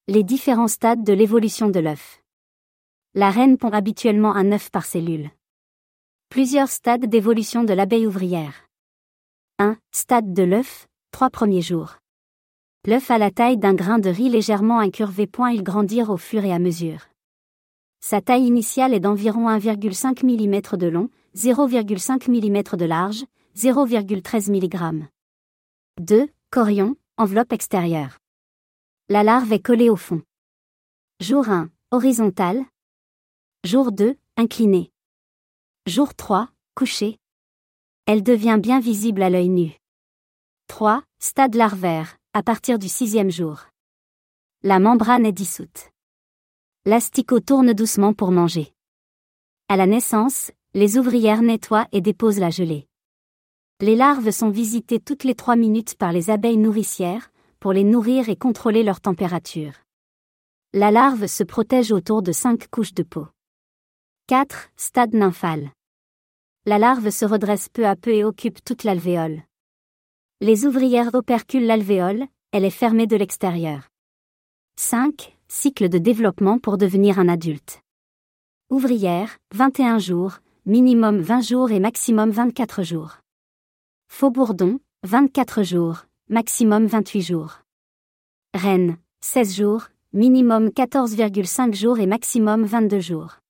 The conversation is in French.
Les différents stades de l'évolution de l'œuf. La reine pond habituellement un œuf par cellule. Plusieurs stades d'évolution de l'abeille ouvrière. 1. Stade de l'œuf, 3 premiers jours. L'œuf a la taille d'un grain de riz légèrement incurvé. Il grandir au fur et à mesure. Sa taille initiale est d'environ 1,5 mm de long, 0,5 mm de large, 0,13 mg. 2. Chorion, enveloppe extérieure. La larve est collée au fond. Jour 1, horizontale. Jour 2, inclinée. Jour 3, couchée. Elle devient bien visible à l'œil nu. 3. Stade larvaire, à partir du 6e jour. La membrane est dissoute. L'asticot tourne doucement pour manger. À la naissance, les ouvrières nettoient et déposent la gelée. Les larves sont visitées toutes les 3 minutes par les abeilles nourricières, pour les nourrir et contrôler leur température. La larve se protège autour de 5 couches de peau. 4. Stade nymphal. La larve se redresse peu à peu et occupe toute l'alvéole. Les ouvrières operculent l'alvéole, elle est fermée de l'extérieur. 5. Cycle de développement pour devenir un adulte. Ouvrière, 21 jours, minimum 20 jours et maximum 24 jours. Faux bourdon, 24 jours, maximum 28 jours. Reine, 16 jours, minimum 14,5 jours et maximum 22 jours.